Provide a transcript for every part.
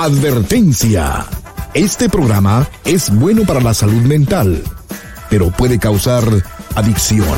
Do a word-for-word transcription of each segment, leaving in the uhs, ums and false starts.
Advertencia. Este programa es bueno para la salud mental, pero puede causar adicción.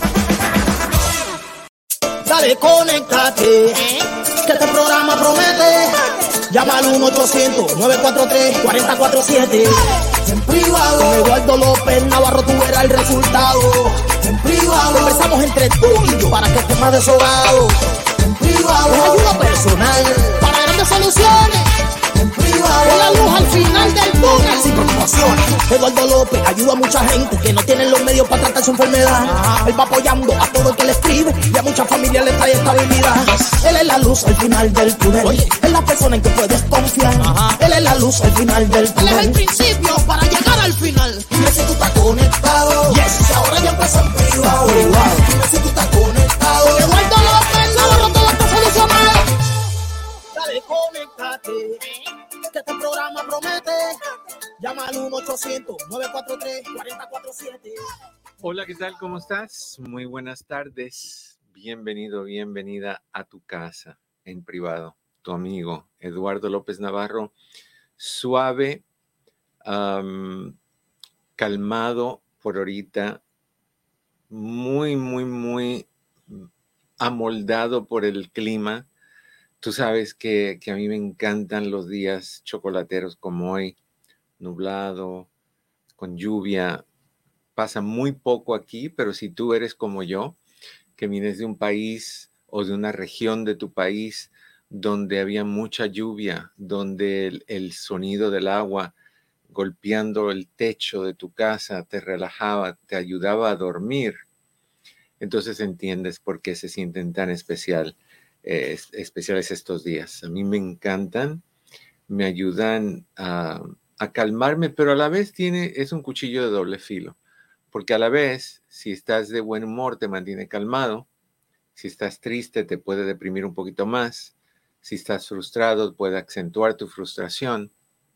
Dale, conéctate, ¿eh? Que este programa promete. Llama al uno ochocientos, nueve cuatro tres, cuatro cero cuatro siete. En privado, Eduardo López Navarro, tú verás el resultado. En privado, conversamos entre tú y yo para que estés más deshogado. En privado, es ayuda personal para grandes soluciones. En privado, con la luz al final del túnel sin preocupaciones. Eduardo López ayuda a mucha gente que no tienen los medios para tratar su enfermedad. Ajá. Él va apoyando a todo el que le escribe y a muchas familias le trae estabilidad. Él es la luz al final del túnel. Oye, es la persona en que puedes confiar. Ajá. Él es la luz al final del túnel. Él es el principio para llegar al final. Dime si tú estás conectado. Yes. Ahora ya empezó en privado. Privado. Dime si tú estás conectado. Eduardo López Navarro, todo está solucionado. Dale, conéctate, que este programa promete. Llama al uno ochocientos, nueve cuatro tres, cuatro cero cuatro siete. Hola, ¿qué tal? ¿Cómo estás? Muy buenas tardes. Bienvenido, bienvenida a tu casa en privado. Tu amigo Eduardo López Navarro, suave, um, calmado por ahorita, muy, muy, muy amoldado por el clima. Tú sabes que, que a mí me encantan los días chocolateros como hoy, nublado, con lluvia. Pasa muy poco aquí, pero si tú eres como yo, que vienes de un país o de una región de tu país donde había mucha lluvia, donde el, el sonido del agua golpeando el techo de tu casa te relajaba, te ayudaba a dormir, entonces entiendes por qué se sienten tan especial. Eh, especiales estos días. A mí me encantan, me ayudan a, a calmarme, pero a la vez tiene, es un cuchillo de doble filo, porque a la vez, si estás de buen humor, te mantiene calmado, si estás triste, te puede deprimir un poquito más, si estás frustrado, puede acentuar tu frustración.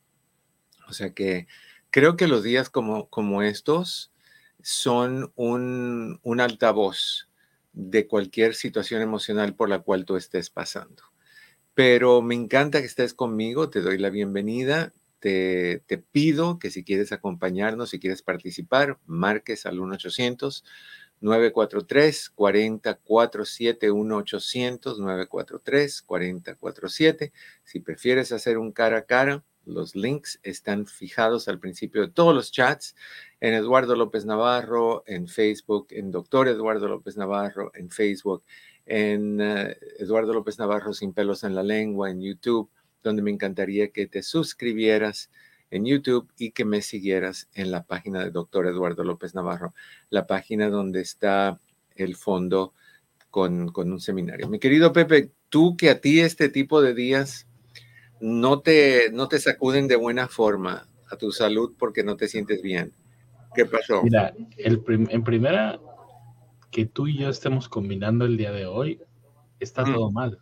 O sea que creo que los días como, como estos son un, un altavoz de cualquier situación emocional por la cual tú estés pasando. Pero me encanta que estés conmigo, te doy la bienvenida, te, te pido que si quieres acompañarnos, si quieres participar, marques al uno ochocientos, nueve cuatro tres, cuatro cero cuatro siete, uno ochocientos, nueve cuatro tres, cuatro cero cuatro siete. Si prefieres hacer un cara a cara, los links están fijados al principio de todos los chats, en Eduardo López Navarro, en Facebook, en Doctor Eduardo López Navarro, en Facebook, en uh, Eduardo López Navarro Sin Pelos en la Lengua, en YouTube, donde me encantaría que te suscribieras en YouTube y que me siguieras en la página de Doctor Eduardo López Navarro, la página donde está el fondo con, con un seminario. Mi querido Pepe, tú que a ti este tipo de días no te, no te sacuden de buena forma a tu salud porque no te sientes bien. ¿Qué pasó? Mira, el prim- en primera, que tú y yo estemos combinando el día de hoy, está mm. todo mal.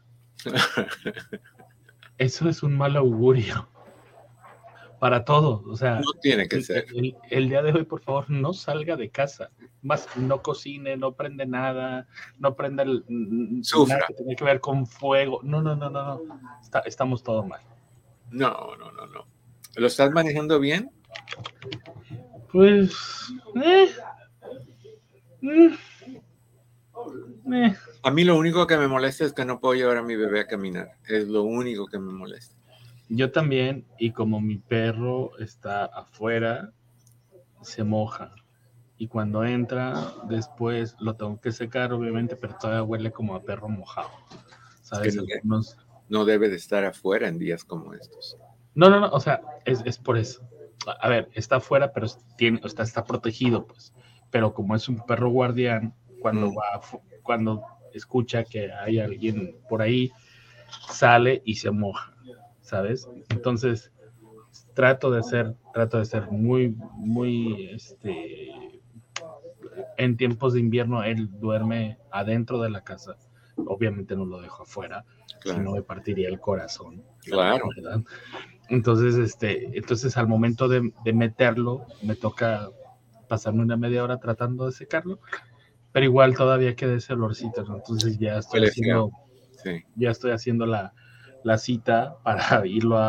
Eso es un mal augurio para todos. O sea, no tiene que el, ser. El, el día de hoy, por favor, no salga de casa. Más, no cocine, no prende nada, no prenda el, nada que tenga que ver con fuego. No, no, no, no, no. Está, estamos todo mal. No, no, no, no. ¿Lo estás manejando bien? Pues, eh, mm, eh. A mí lo único que me molesta es que no puedo llevar a mi bebé a caminar. Es lo único que me molesta. Yo también, y como mi perro está afuera, se moja. Y cuando entra, después lo tengo que secar, obviamente, pero todavía huele como a perro mojado. ¿Sabes? Que no, Algunos... no debe de estar afuera en días como estos. No, no, no, o sea, es, es por eso. A ver, está afuera, pero tiene, está, está protegido, pues. Pero como es un perro guardián, cuando mm. va, cuando escucha que hay alguien por ahí, sale y se moja, ¿sabes? Entonces, trato de ser, trato de ser muy, muy, este, en tiempos de invierno, él duerme adentro de la casa. Obviamente no lo dejo afuera, claro. Si no me partiría el corazón. Claro. ¿Verdad? Entonces, este, entonces al momento de, de meterlo, me toca pasarme una media hora tratando de secarlo, pero igual todavía queda ese olorcito, ¿no? Entonces ya estoy haciendo, sí. ya estoy haciendo la, la cita para irlo a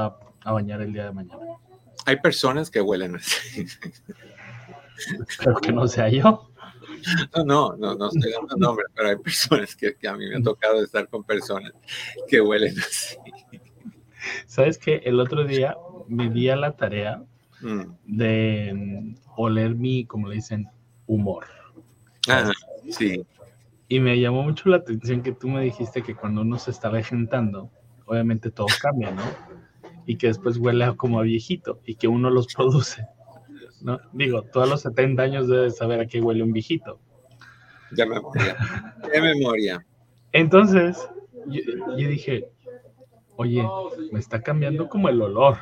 a bañar el día de mañana. Hay personas que huelen así. Espero que no sea yo. No, no, no, no estoy dando nombres, pero hay personas que, que a mí me ha tocado estar con personas que huelen así. ¿Sabes qué? El otro día me di a la tarea Mm. de mm, oler mi, como le dicen, humor. Ah, sí. Y me llamó mucho la atención que tú me dijiste que cuando uno se está vejentando, obviamente todo cambia, ¿no? Y que después huele a como a viejito y que uno los produce, ¿no? Digo, tú a los setenta años debes saber a qué huele un viejito. De memoria. De memoria. Entonces, yo, yo dije, oye, me está cambiando como el olor,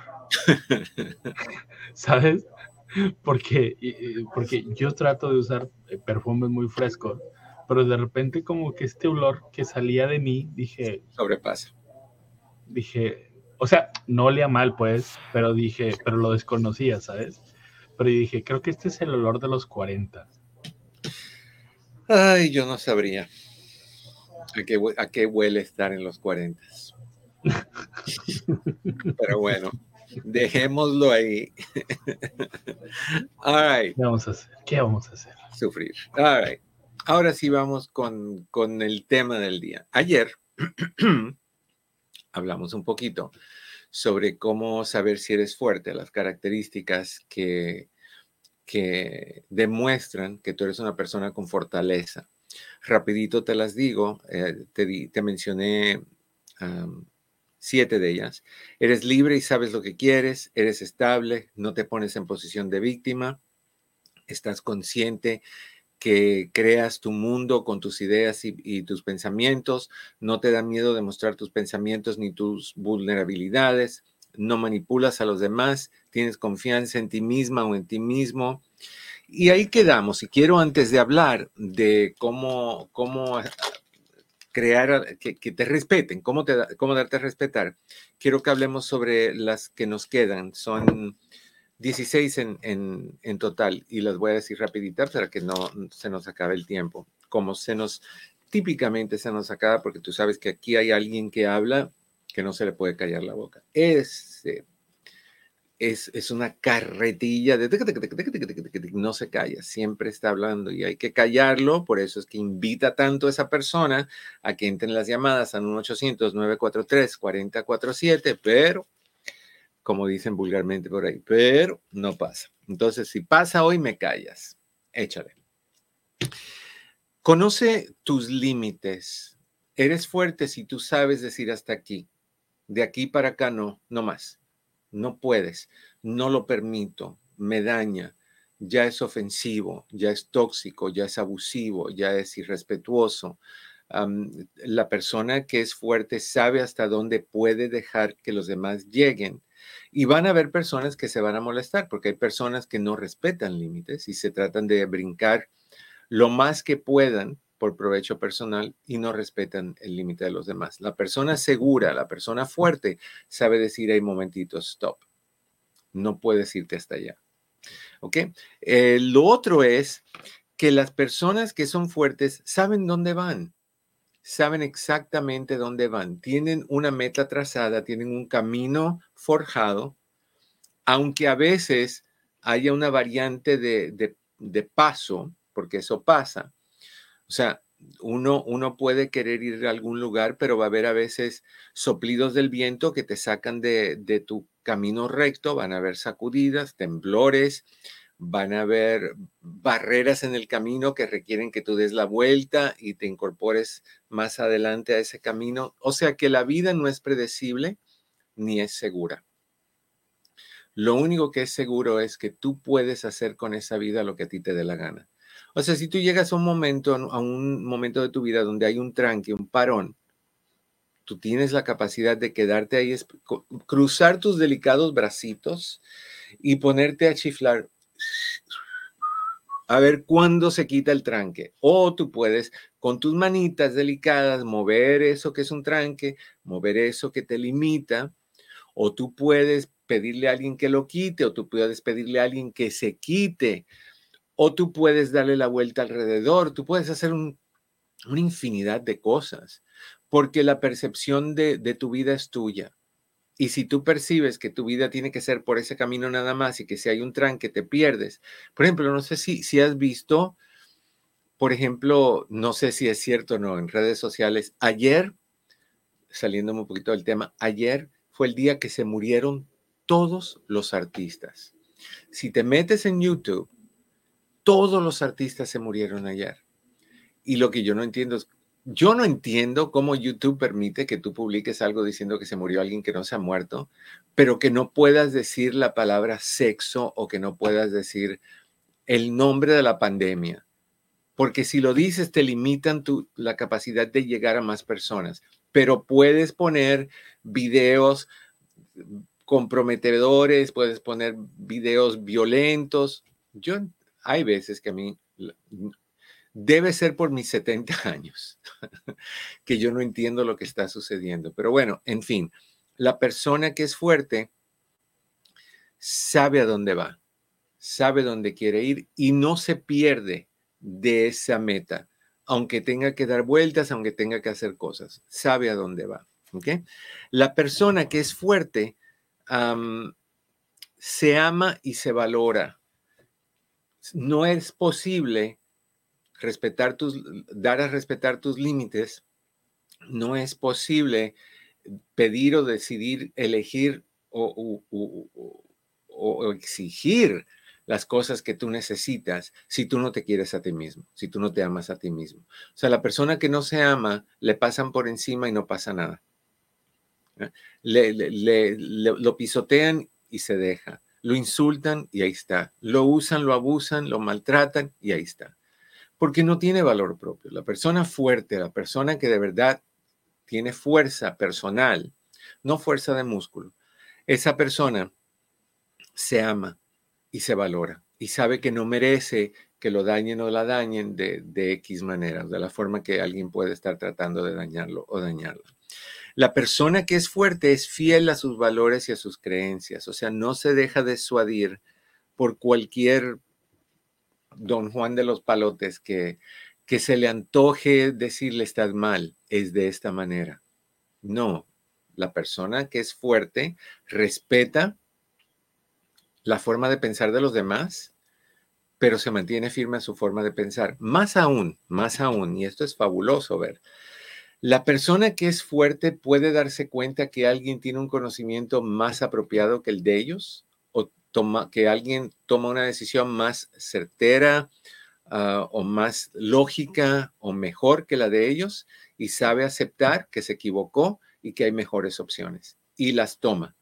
¿sabes? Porque, porque yo trato de usar perfumes muy frescos, pero de repente como que este olor que salía de mí, dije... Sobrepasa. Dije, o sea, no olía mal, pues, pero dije, pero lo desconocía, ¿sabes? Pero yo dije, creo que este es el olor de los cuarenta. Ay, yo no sabría a qué, a qué huele estar en los cuarenta. Pero bueno, dejémoslo ahí. All right. ¿Qué vamos a hacer? ¿Qué vamos a hacer? Sufrir. All right. Ahora sí vamos con, con el tema del día. Ayer hablamos un poquito sobre cómo saber si eres fuerte, las características que, que demuestran que tú eres una persona con fortaleza. Rapidito te las digo, eh, te, di, te mencioné um, siete de ellas. Eres libre y sabes lo que quieres, eres estable, no te pones en posición de víctima, estás consciente que creas tu mundo con tus ideas y, y tus pensamientos, no te da miedo de mostrar tus pensamientos ni tus vulnerabilidades, no manipulas a los demás, tienes confianza en ti misma o en ti mismo. Y ahí quedamos. Y quiero, antes de hablar de cómo, cómo crear, que, que te respeten, cómo, te, cómo darte a respetar, quiero que hablemos sobre las que nos quedan. Son dieciséis en, en, en total, y las voy a decir rapidita para que no se nos acabe el tiempo. Como se nos, típicamente se nos acaba, porque tú sabes que aquí hay alguien que habla que no se le puede callar la boca. Ese es, es una carretilla de... No se calla, siempre está hablando y hay que callarlo. Por eso es que invita tanto a esa persona a que entren las llamadas al uno ochocientos, nueve cuatro tres, cuatro cero cuatro siete, pero... como dicen vulgarmente por ahí, pero no pasa. Entonces, si pasa hoy, me callas. Échale. Conoce tus límites. Eres fuerte si tú sabes decir hasta aquí. De aquí para acá no, no más. No puedes. No lo permito. Me daña. Ya es ofensivo, ya es tóxico, ya es abusivo, ya es irrespetuoso. Um, la persona que es fuerte sabe hasta dónde puede dejar que los demás lleguen. Y van a haber personas que se van a molestar porque hay personas que no respetan límites y se tratan de brincar lo más que puedan por provecho personal y no respetan el límite de los demás. La persona segura, la persona fuerte, sabe decir, hay momentitos, stop. No puedes irte hasta allá. ¿Ok? Eh, lo otro es que las personas que son fuertes saben dónde van. Saben exactamente dónde van, tienen una meta trazada, tienen un camino forjado, aunque a veces haya una variante de, de, de paso, porque eso pasa. O sea, uno, uno puede querer ir a algún lugar, pero va a haber a veces soplidos del viento que te sacan de, de tu camino recto, van a haber sacudidas, temblores, van a haber barreras en el camino que requieren que tú des la vuelta y te incorpores más adelante a ese camino. O sea que la vida no es predecible ni es segura. Lo único que es seguro es que tú puedes hacer con esa vida lo que a ti te dé la gana. O sea, si tú llegas a un momento, a un momento de tu vida donde hay un tranque, un parón, tú tienes la capacidad de quedarte ahí, cruzar tus delicados bracitos y ponerte a chiflar a ver cuándo se quita el tranque. O tú puedes con tus manitas delicadas mover eso que es un tranque, mover eso que te limita, o tú puedes pedirle a alguien que lo quite, o tú puedes pedirle a alguien que se quite, o tú puedes darle la vuelta alrededor, tú puedes hacer un, una infinidad de cosas, porque la percepción de, de tu vida es tuya. Y si tú percibes que tu vida tiene que ser por ese camino nada más y que si hay un tranque te pierdes. Por ejemplo, no sé si, si has visto, por ejemplo, no sé si es cierto o no, en redes sociales, ayer, saliéndome un poquito del tema, ayer fue el día que se murieron todos los artistas. Si te metes en YouTube, todos los artistas se murieron ayer. Y lo que yo no entiendo es, yo no entiendo cómo YouTube permite que tú publiques algo diciendo que se murió alguien que no se ha muerto, pero que no puedas decir la palabra sexo o que no puedas decir el nombre de la pandemia. Porque si lo dices, te limitan tu, la capacidad de llegar a más personas. Pero puedes poner videos comprometedores, puedes poner videos violentos. Yo, hay veces que a mí... Debe ser por mis setenta años que yo no entiendo lo que está sucediendo. Pero bueno, en fin, la persona que es fuerte sabe a dónde va, sabe dónde quiere ir y no se pierde de esa meta, aunque tenga que dar vueltas, aunque tenga que hacer cosas, sabe a dónde va. ¿Okay? La persona que es fuerte um, se ama y se valora. No es posible respetar tus, dar a respetar tus límites, no es posible pedir o decidir, elegir o, o, o, o exigir las cosas que tú necesitas si tú no te quieres a ti mismo, si tú no te amas a ti mismo. O sea, la persona que no se ama, le pasan por encima y no pasa nada. Le, le, le, le, lo pisotean y se deja. Lo insultan y ahí está. Lo usan, lo abusan, lo maltratan y ahí está. Porque no tiene valor propio. La persona fuerte, la persona que de verdad tiene fuerza personal, no fuerza de músculo, esa persona se ama y se valora y sabe que no merece que lo dañen o la dañen de, de X manera, de la forma que alguien puede estar tratando de dañarlo o dañarla. La persona que es fuerte es fiel a sus valores y a sus creencias, o sea, no se deja disuadir por cualquier don Juan de los Palotes que, que se le antoje decirle estás mal, es de esta manera. No, la persona que es fuerte respeta la forma de pensar de los demás, pero se mantiene firme en su forma de pensar. Más aún, más aún, y esto es fabuloso ver, la persona que es fuerte puede darse cuenta que alguien tiene un conocimiento más apropiado que el de ellos, o toma, que alguien toma una decisión más certera uh, o más lógica o mejor que la de ellos y sabe aceptar que se equivocó y que hay mejores opciones y las toma.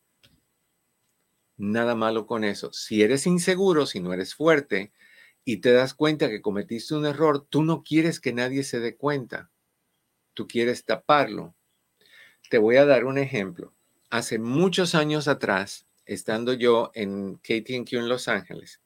Nada malo con eso. Si eres inseguro, si no eres fuerte y te das cuenta que cometiste un error, tú no quieres que nadie se dé cuenta. Tú quieres taparlo. Te voy a dar un ejemplo. Hace muchos años atrás, estando yo en K T N Q en Los Ángeles,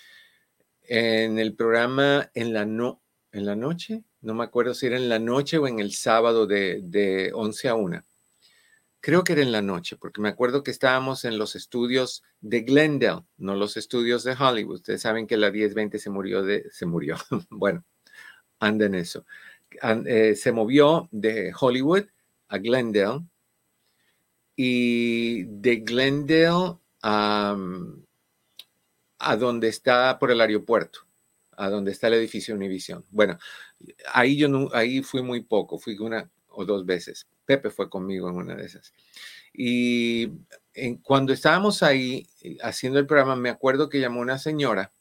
en el programa en la, no, en la noche, no me acuerdo si era en la noche o en el sábado de, de once a una. Creo que era en la noche, porque me acuerdo que estábamos en los estudios de Glendale, no los estudios de Hollywood. Ustedes saben que la diez veinte se murió de, se murió. Bueno, anda en eso. And, eh, se movió de Hollywood a Glendale y de Glendale um, a donde está por el aeropuerto, a donde está el edificio Univision. Bueno, ahí yo no, ahí fui muy poco, fui una o dos veces. Pepe fue conmigo en una de esas. Y en, cuando estábamos ahí haciendo el programa, me acuerdo que llamó una señora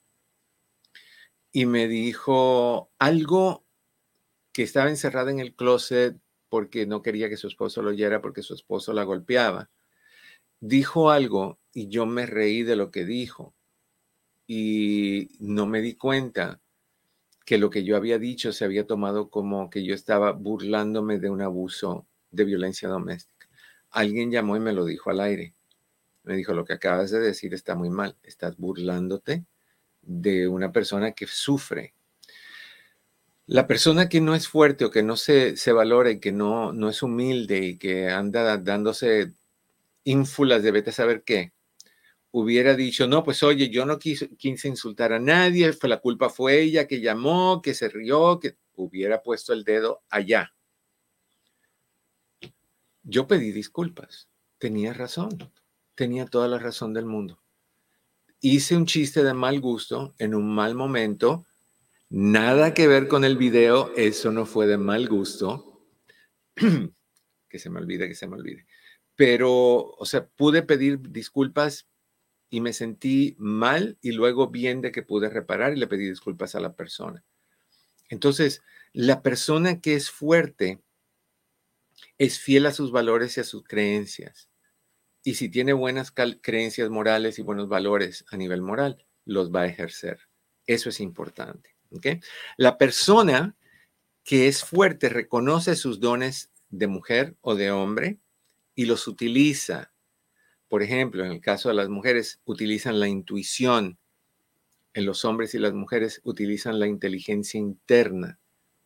y me dijo algo que estaba encerrada en el closet porque no quería que su esposo lo oyera porque su esposo la golpeaba. Dijo algo y yo me reí de lo que dijo y no me di cuenta que lo que yo había dicho se había tomado como que yo estaba burlándome de un abuso de violencia doméstica. Alguien llamó y me lo dijo al aire. Me dijo, lo que acabas de decir está muy mal. Estás burlándote de una persona que sufre. La persona que no es fuerte o que no se, se valora y que no, no es humilde y que anda dándose ínfulas de vete a saber qué, hubiera dicho, no, pues oye, yo no quise, quise insultar a nadie, fue, la culpa fue ella que llamó, que se rió, que hubiera puesto el dedo allá. Yo pedí disculpas. tenía razón, tenía toda la razón del mundo. Hice un chiste de mal gusto en un mal momento, nada que ver con el video, eso no fue de mal gusto, que se me olvide, que se me olvide. Pero, o sea, pude pedir disculpas y me sentí mal y luego bien de que pude reparar y le pedí disculpas a la persona. Entonces, la persona que es fuerte es fiel a sus valores y a sus creencias. Y si tiene buenas creencias morales y buenos valores a nivel moral, los va a ejercer. Eso es importante. ¿Okay? La persona que es fuerte reconoce sus dones de mujer o de hombre y los utiliza. Por ejemplo, en el caso de las mujeres, utilizan la intuición. En los hombres y las mujeres utilizan la inteligencia interna.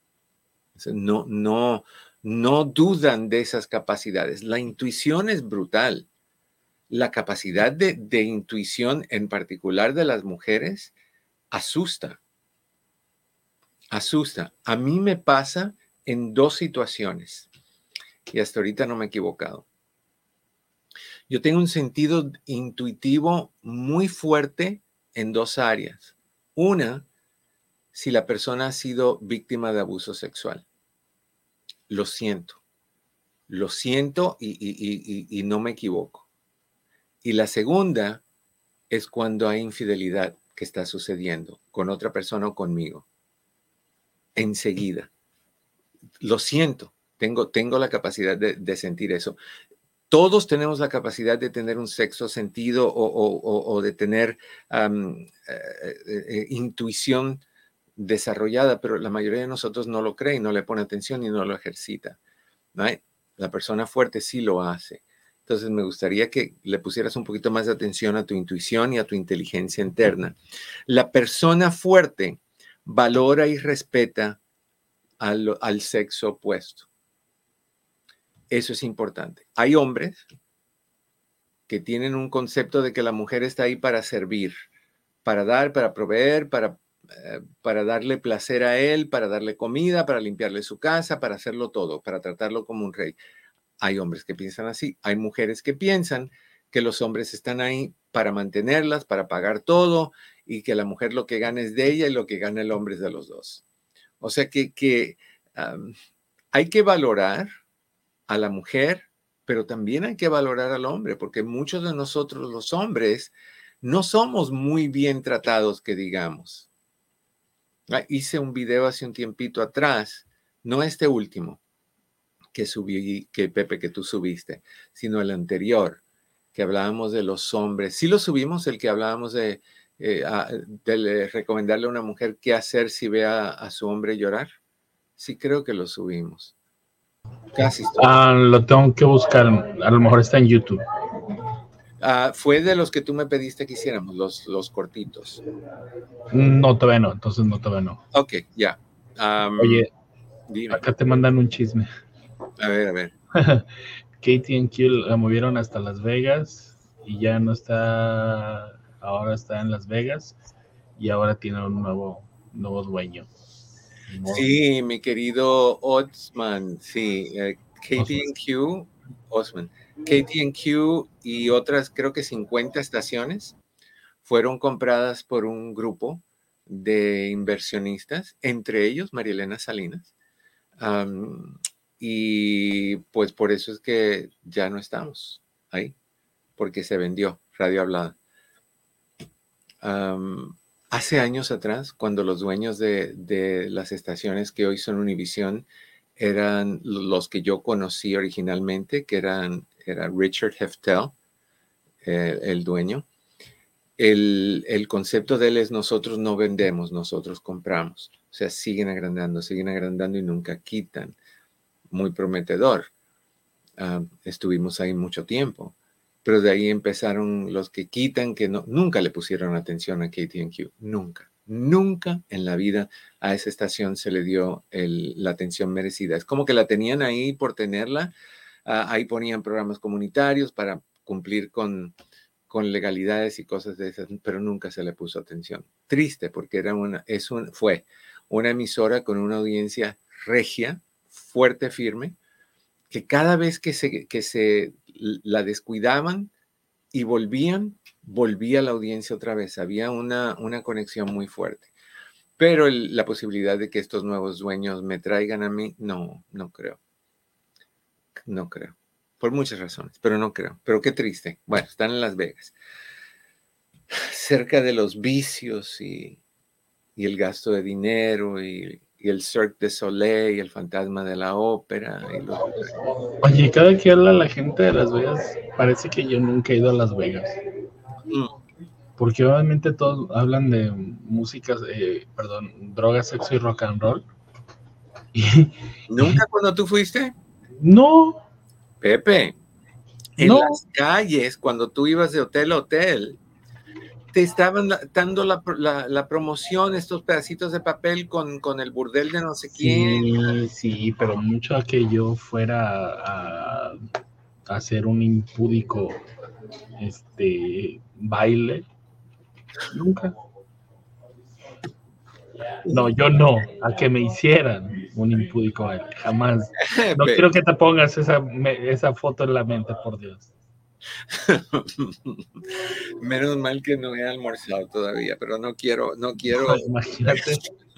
No, no, no dudan de esas capacidades. La intuición es brutal. La capacidad de, de intuición, en particular de las mujeres, asusta. Asusta. A mí me pasa en dos situaciones. Y hasta ahorita no me he equivocado. Yo tengo un sentido intuitivo muy fuerte en dos áreas. Una, si la persona ha sido víctima de abuso sexual. Lo siento. Lo siento y, y, y, y no me equivoco. Y la segunda es cuando hay infidelidad que está sucediendo con otra persona o conmigo. Enseguida. Lo siento. Tengo, tengo la capacidad de, de sentir eso. Todos tenemos la capacidad de tener un sexto sentido o, o, o, o de tener um, eh, eh, intuición desarrollada, pero la mayoría de nosotros no lo cree, no le pone atención y no lo ejercita. ¿No? La persona fuerte sí lo hace. Entonces me gustaría que le pusieras un poquito más de atención a tu intuición y a tu inteligencia interna. La persona fuerte valora y respeta al, al sexo opuesto. Eso es importante. Hay hombres que tienen un concepto de que la mujer está ahí para servir, para dar, para proveer, para, eh, para darle placer a él, para darle comida, para limpiarle su casa, para hacerlo todo, para tratarlo como un rey. Hay hombres que piensan así. Hay mujeres que piensan que los hombres están ahí para mantenerlas, para pagar todo y que la mujer lo que gana es de ella y lo que gana el hombre es de los dos. O sea que, que um, hay que valorar a la mujer, pero también hay que valorar al hombre, porque muchos de nosotros los hombres no somos muy bien tratados, que digamos. Ah, hice un video hace un tiempito atrás, no este último, que subí, que Pepe, que tú subiste, sino el anterior, que hablábamos de los hombres. Sí lo subimos, el que hablábamos de, eh, a, de recomendarle a una mujer qué hacer si ve a, a su hombre llorar. Sí, creo que lo subimos. Casi. Ah, lo tengo que buscar, a lo mejor está en YouTube. Uh, fue de los que tú me pediste que hiciéramos, los, los cortitos. No, todavía no, entonces no, todavía no. Ok, ya. Yeah. Um, Oye, dime. Acá te mandan un chisme. A ver, a ver. K T and Q la movieron hasta Las Vegas y ya no está, ahora está en Las Vegas y ahora tiene un nuevo, nuevo dueño. Sí, mi querido Osman, sí, uh, K T and Q, Osman, K T and Q y otras, creo que cincuenta estaciones fueron compradas por un grupo de inversionistas, entre ellos María Elena Salinas. Um, y pues por eso es que ya no estamos ahí, porque se vendió Radio Hablada. Um, hace años atrás, cuando los dueños de, de las estaciones que hoy son Univisión eran los que yo conocí originalmente, que eran era Richard Heftel, eh, el dueño. El, el concepto de él es nosotros no vendemos, nosotros compramos. O sea, siguen agrandando, siguen agrandando y nunca quitan. Muy prometedor. Uh, estuvimos ahí mucho tiempo. Pero de ahí empezaron los que quitan, que no, nunca le pusieron atención a K T and Q. Nunca. Nunca en la vida a esa estación se le dio el, la atención merecida. Es como que la tenían ahí por tenerla. Uh, ahí ponían programas comunitarios para cumplir con... con legalidades y cosas de esas, pero nunca se le puso atención. Triste, porque era una, es un, fue una emisora con una audiencia regia, fuerte, firme, que cada vez que se, que se la descuidaban y volvían, volvía la audiencia otra vez. Había una, una conexión muy fuerte. Pero el, la posibilidad de que estos nuevos dueños me traigan a mí, no, no creo. No creo. Por muchas razones, pero no creo. Pero qué triste. Bueno, están en Las Vegas. Cerca de los vicios y, y el gasto de dinero y, y el Cirque du Soleil y el fantasma de la ópera. Y los... Oye, cada que habla la gente de Las Vegas, parece que yo nunca he ido a Las Vegas. Mm. Porque obviamente todos hablan de música, eh, perdón, drogas, sexo y rock and roll. Y, ¿Nunca cuando tú fuiste? No. Pepe, en no. las calles, cuando tú ibas de hotel a hotel, te estaban dando la, la, la promoción, estos pedacitos de papel con, con el burdel de no sé quién. Sí, sí, pero mucho a que yo fuera a, a hacer un impúdico este baile, nunca. No, yo no, a que me hicieran un impúdico baile, jamás. No quiero que te pongas esa, esa foto en la mente, por Dios. Menos mal que no he almorzado todavía, pero no quiero, no quiero. Imagínate.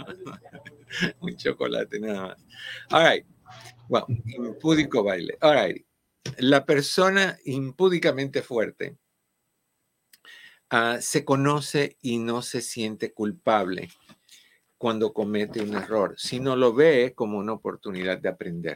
Un chocolate nada más. All right. Well, impúdico baile. All right. La persona impúdicamente fuerte uh, se conoce y no se siente culpable cuando comete un error, sino lo ve como una oportunidad de aprender.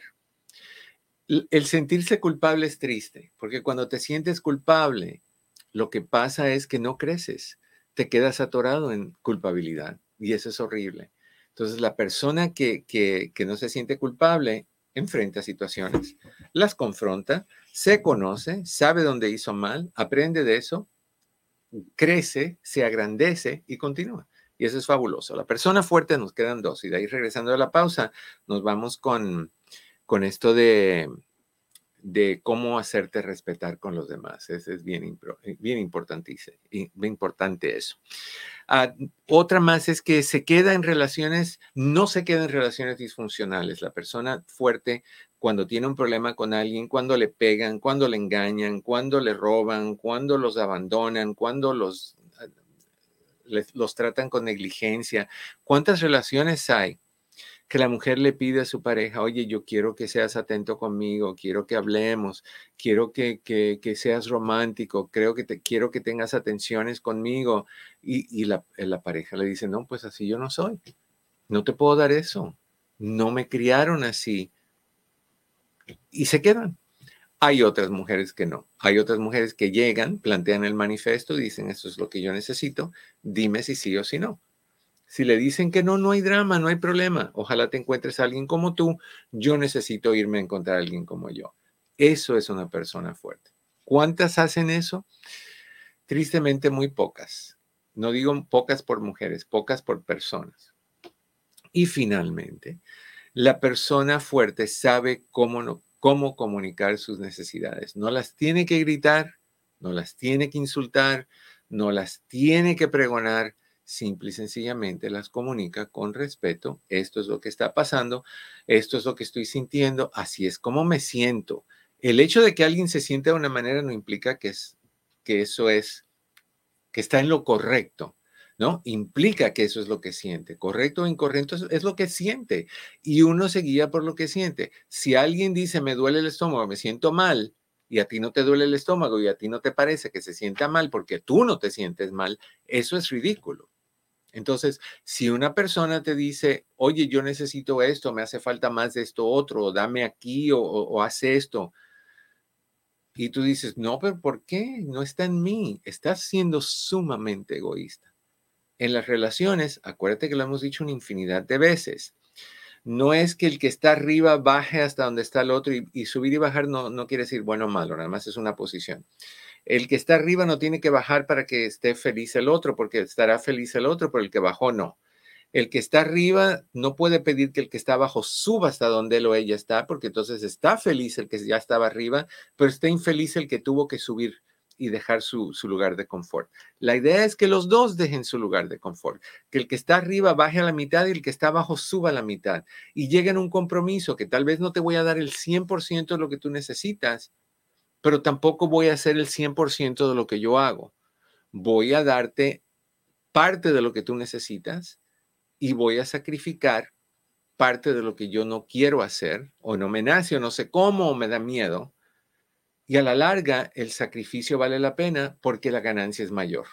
El sentirse culpable es triste, porque cuando te sientes culpable, lo que pasa es que no creces, te quedas atorado en culpabilidad y eso es horrible. Entonces, la persona que, que, que no se siente culpable enfrenta situaciones, las confronta, se conoce, sabe dónde hizo mal, aprende de eso, crece, se agrandece y continúa. Y eso es fabuloso. La persona fuerte, nos quedan dos y de ahí regresando a la pausa, nos vamos con... con esto de, de cómo hacerte respetar con los demás. Eso es bien, bien importante, bien importante eso. Uh, otra más es que se queda en relaciones, no se queda en relaciones disfuncionales. La persona fuerte, cuando tiene un problema con alguien, cuando le pegan, cuando le engañan, cuando le roban, cuando los abandonan, cuando los, les, los tratan con negligencia. ¿Cuántas relaciones hay que la mujer le pide a su pareja, oye, yo quiero que seas atento conmigo, quiero que hablemos, quiero que, que, que seas romántico, creo que te, quiero que tengas atenciones conmigo? Y, y la, la pareja le dice, no, pues así yo no soy, no te puedo dar eso, no me criaron así. Y se quedan. Hay otras mujeres que no. Hay otras mujeres que llegan, plantean el manifiesto, dicen, esto es lo que yo necesito, dime si sí o si no. Si le dicen que no, no hay drama, no hay problema. Ojalá te encuentres a alguien como tú. Yo necesito irme a encontrar a alguien como yo. Eso es una persona fuerte. ¿Cuántas hacen eso? Tristemente, muy pocas. No digo pocas por mujeres, pocas por personas. Y finalmente, la persona fuerte sabe cómo, no, cómo comunicar sus necesidades. No las tiene que gritar, no las tiene que insultar, no las tiene que pregonar. Simple y sencillamente las comunica con respeto. Esto es lo que está pasando, esto es lo que estoy sintiendo, así es como me siento. El hecho de que alguien se sienta de una manera no implica que, es, que eso es, que está en lo correcto, ¿no? Implica que eso es lo que siente. Correcto o incorrecto es, es lo que siente. Y uno se guía por lo que siente. Si alguien dice, me duele el estómago, me siento mal, y a ti no te duele el estómago y a ti no te parece que se sienta mal porque tú no te sientes mal, eso es ridículo. Entonces, si una persona te dice, oye, yo necesito esto, me hace falta más de esto otro, o dame aquí o, o, o haz esto, y tú dices, no, pero ¿por qué? No está en mí. Estás siendo sumamente egoísta. En las relaciones, acuérdate que lo hemos dicho una infinidad de veces, no es que el que está arriba baje hasta donde está el otro y, y subir y bajar no, no quiere decir bueno o malo, nada más es una posición. El que está arriba no tiene que bajar para que esté feliz el otro, porque estará feliz el otro, pero el que bajó no. El que está arriba no puede pedir que el que está abajo suba hasta donde él o ella está, porque entonces está feliz el que ya estaba arriba, pero está infeliz el que tuvo que subir y dejar su, su lugar de confort. La idea es que los dos dejen su lugar de confort, que el que está arriba baje a la mitad y el que está abajo suba a la mitad y lleguen a un compromiso que tal vez no te voy a dar el cien por ciento de lo que tú necesitas, pero tampoco voy a hacer el cien por ciento de lo que yo hago. Voy a darte parte de lo que tú necesitas y voy a sacrificar parte de lo que yo no quiero hacer o no me nace o no sé cómo o me da miedo. Y a la larga, el sacrificio vale la pena porque la ganancia es mayor.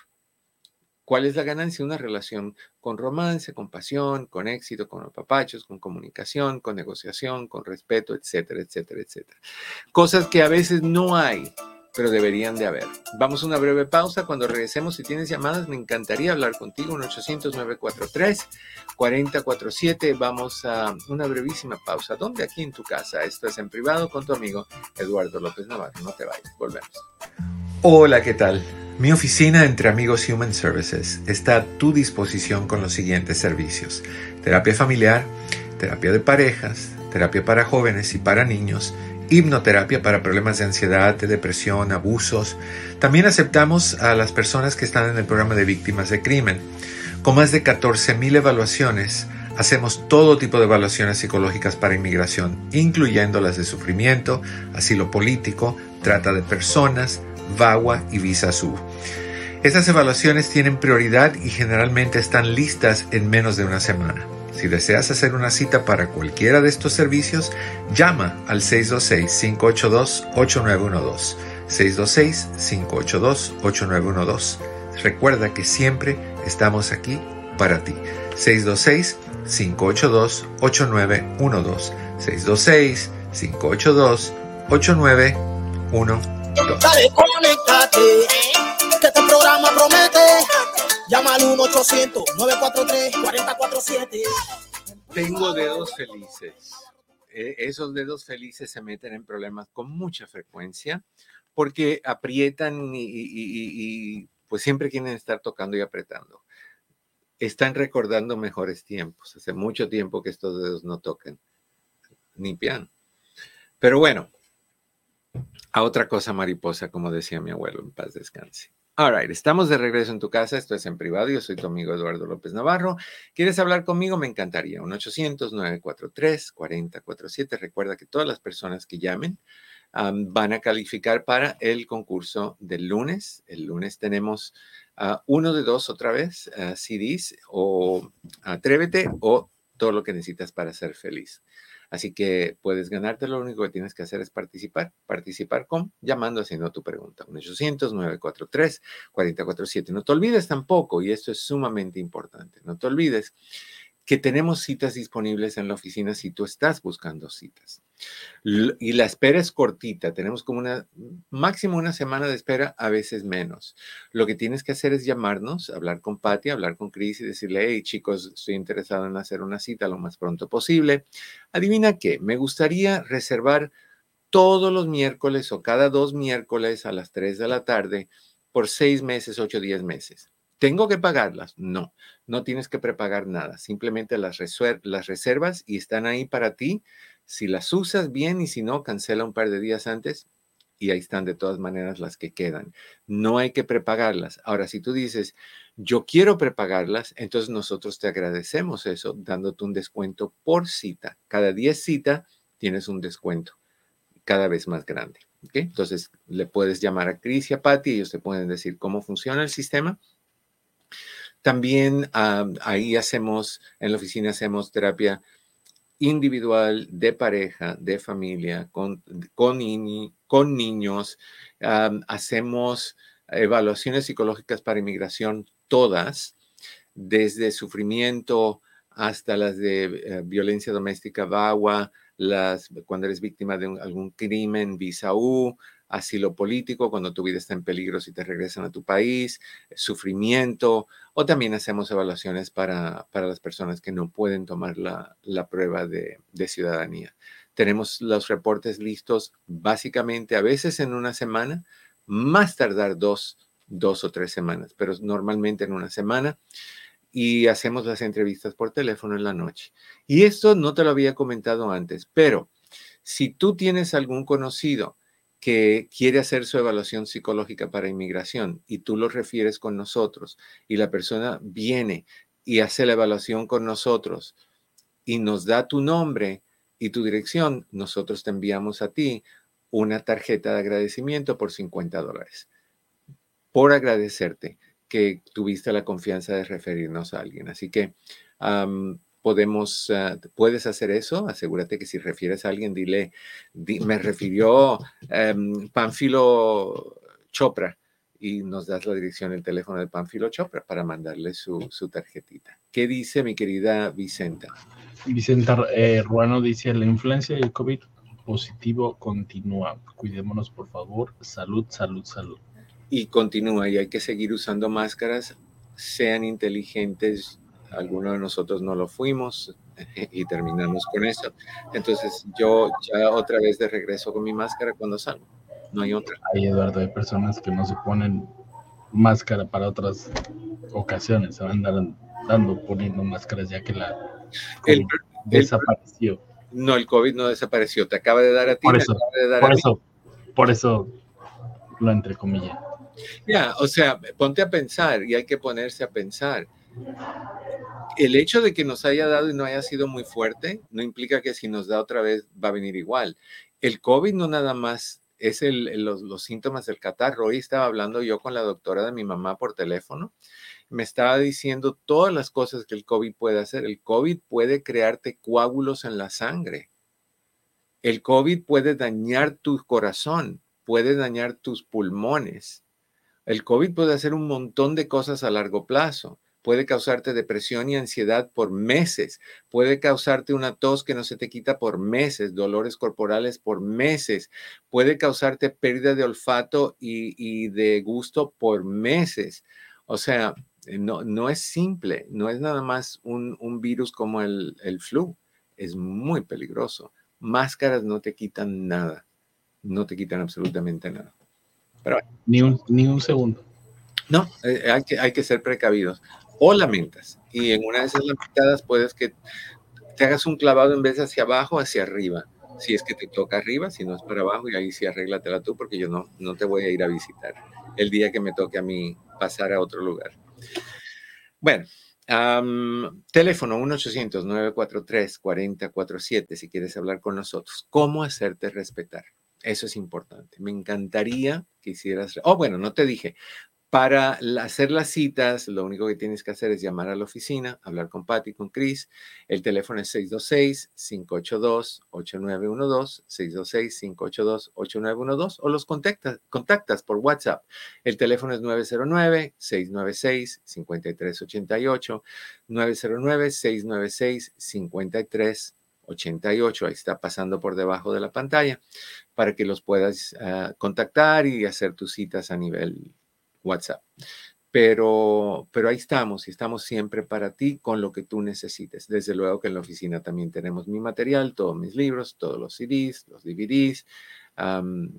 ¿Cuál es la ganancia? Una relación con romance, con pasión, con éxito, con apapachos, con comunicación, con negociación, con respeto, etcétera, etcétera, etcétera. Cosas que a veces no hay, pero deberían de haber. Vamos a una breve pausa. Cuando regresemos, si tienes llamadas, me encantaría hablar contigo. uno ochocientos, nueve cuatro tres, cuatro cero cuatro siete. Vamos a una brevísima pausa. ¿Dónde? Aquí en tu casa. Esto es En Privado con tu amigo Eduardo López Navarro. No te vayas. Volvemos. Hola, ¿qué tal? Mi oficina Entre Amigos Human Services está a tu disposición con los siguientes servicios: terapia familiar, terapia de parejas, terapia para jóvenes y para niños, hipnoterapia para problemas de ansiedad, de depresión, abusos. También aceptamos a las personas que están en el programa de víctimas de crimen. Con más de catorce mil evaluaciones, hacemos todo tipo de evaluaciones psicológicas para inmigración, incluyendo las de sufrimiento, asilo político, trata de personas, V A W A y Visa S U. Estas evaluaciones tienen prioridad y generalmente están listas en menos de una semana. Si deseas hacer una cita para cualquiera de estos servicios, llama al seis dos seis, cinco ocho dos, ocho nueve uno dos. seis dos seis, cinco ocho dos, ocho nueve uno dos. Recuerda que siempre estamos aquí para ti. seis dos seis, cinco ocho dos, ocho nueve uno dos. seis dos seis, cinco ocho dos, ocho nueve uno dos. Dale, conéctate, que este programa promete. Llama al uno ochocientos, nueve cuatro tres, cuatro cero cuatro siete. Tengo dedos felices. Eh, esos dedos felices se meten en problemas con mucha frecuencia porque aprietan y, y, y, y pues siempre quieren estar tocando y apretando. Están recordando mejores tiempos. Hace mucho tiempo que estos dedos no tocan ni piano. Pero bueno, a otra cosa mariposa, como decía mi abuelo, en paz descanse. All right, estamos de regreso en tu casa. Esto es En Privado. Yo soy tu amigo Eduardo López Navarro. ¿Quieres hablar conmigo? Me encantaría. uno ochocientos, nueve cuatro tres, cuatro cero cuatro siete. Recuerda que todas las personas que llamen um, van a calificar para el concurso del lunes. El lunes tenemos uh, uno de dos otra vez, uh, C Ds o Atrévete o todo lo que necesitas para ser feliz. Así que puedes ganarte, lo único que tienes que hacer es participar. Participar con llamando haciendo tu pregunta. uno ochocientos, nueve cuatro tres, cuatro cero cuatro siete. No te olvides tampoco, y esto es sumamente importante, no te olvides que tenemos citas disponibles en la oficina si tú estás buscando citas. Y la espera es cortita, tenemos como una, máximo una semana de espera, a veces menos. Lo que tienes que hacer es llamarnos, hablar con Patty, hablar con Chris y decirle, hey chicos, estoy interesado en hacer una cita lo más pronto posible. Adivina qué, me gustaría reservar todos los miércoles o cada dos miércoles a las tres de la tarde por seis meses, ocho, diez meses. ¿Tengo que pagarlas? No, no tienes que prepagar nada. Simplemente las, resuer- las reservas y están ahí para ti. Si las usas bien y si no, cancela un par de días antes y ahí están de todas maneras las que quedan. No hay que prepagarlas. Ahora, si tú dices, yo quiero prepagarlas, entonces nosotros te agradecemos eso dándote un descuento por cita. Cada diez citas tienes un descuento cada vez más grande. ¿Okay? Entonces, le puedes llamar a Chris y a Patty, ellos te pueden decir cómo funciona el sistema. También um, ahí hacemos, en la oficina hacemos terapia individual, de pareja, de familia, con, con, ni, con niños. Um, hacemos evaluaciones psicológicas para inmigración, todas, desde sufrimiento hasta las de uh, violencia doméstica, V A W A, las, cuando eres víctima de un, algún crimen, Visa U, asilo político, cuando tu vida está en peligro si te regresan a tu país, sufrimiento, o también hacemos evaluaciones para, para las personas que no pueden tomar la, la prueba de, de ciudadanía. Tenemos los reportes listos básicamente a veces en una semana, más tardar dos, dos o tres semanas, pero normalmente en una semana. Y hacemos las entrevistas por teléfono en la noche. Y esto no te lo había comentado antes, pero si tú tienes algún conocido que quiere hacer su evaluación psicológica para inmigración y tú lo refieres con nosotros y la persona viene y hace la evaluación con nosotros y nos da tu nombre y tu dirección, nosotros te enviamos a ti una tarjeta de agradecimiento por cincuenta dólares. Por agradecerte que tuviste la confianza de referirnos a alguien. Así que um, podemos, uh, puedes hacer eso. Asegúrate que si refieres a alguien, dile, di, me refirió um, Pánfilo Chopra, y nos das la dirección, el teléfono de Pánfilo Chopra para mandarle su, su tarjetita. ¿Qué dice mi querida Vicenta? Vicenta eh, Ruano dice, la influencia del COVID positivo continúa. Cuidémonos, por favor. Salud, salud, salud. Y continúa, y hay que seguir usando máscaras, sean inteligentes. Algunos de nosotros no lo fuimos y terminamos con eso. Entonces yo ya otra vez de regreso con mi máscara cuando salgo. No hay otra. Hay, Eduardo, hay personas que no se ponen máscara para otras ocasiones, se van dando, dando poniendo máscaras ya que la COVID El, desapareció. El, no, el COVID no desapareció. Te acaba de dar a ti. Por eso, me acaba de dar por a eso, mí. por eso lo entre comillas. Ya, yeah, o sea, ponte a pensar y hay que ponerse a pensar. El hecho de que nos haya dado y no haya sido muy fuerte no implica que si nos da otra vez va a venir igual. El COVID no nada más es el, el, los, los síntomas del catarro. Hoy estaba hablando yo con la doctora de mi mamá por teléfono. Me estaba diciendo todas las cosas que el COVID puede hacer. El COVID puede crearte coágulos en la sangre. El COVID puede dañar tu corazón, puede dañar tus pulmones. El COVID puede hacer un montón de cosas a largo plazo. Puede causarte depresión y ansiedad por meses. Puede causarte una tos que no se te quita por meses, dolores corporales por meses. Puede causarte pérdida de olfato y, y de gusto por meses. O sea, no, no es simple. No es nada más un, un virus como el, el flu. Es muy peligroso. Máscaras no te quitan nada. No te quitan absolutamente nada. Pero, ni, un, ni un segundo. No, eh, hay, que, hay que ser precavidos. O lamentas. Y en una de esas lamentadas puedes que te hagas un clavado en vez de hacia abajo, hacia arriba. Si es que te toca arriba, si no es para abajo, y ahí sí arréglatela tú, porque yo no, no te voy a ir a visitar el día que me toque a mí pasar a otro lugar. Bueno, um, teléfono uno ochocientos, nueve cuatro tres, cuatro cero cuatro siete si quieres hablar con nosotros. ¿Cómo hacerte respetar? Eso es importante. Me encantaría que hicieras... Oh, bueno, no te dije. Para hacer las citas, lo único que tienes que hacer es llamar a la oficina, hablar con Patty, con Chris. El teléfono es seis dos seis, cinco ocho dos, ocho nueve uno dos, seis dos seis, cinco ocho dos, ocho nueve uno dos, o los contactas, contactas por WhatsApp. El teléfono es nueve cero nueve, seis nueve seis, cinco tres ocho ocho, nueve cero nueve, seis nueve seis, cinco tres ocho ocho. Ahí está pasando por debajo de la pantalla para que los puedas uh, contactar y hacer tus citas a nivel WhatsApp. Pero, pero ahí estamos y estamos siempre para ti con lo que tú necesites. Desde luego que en la oficina también tenemos mi material, todos mis libros, todos los C Ds, los D V Ds um,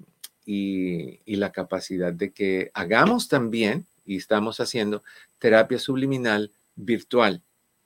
y, y la capacidad de que hagamos también, y estamos haciendo, terapia subliminal virtual.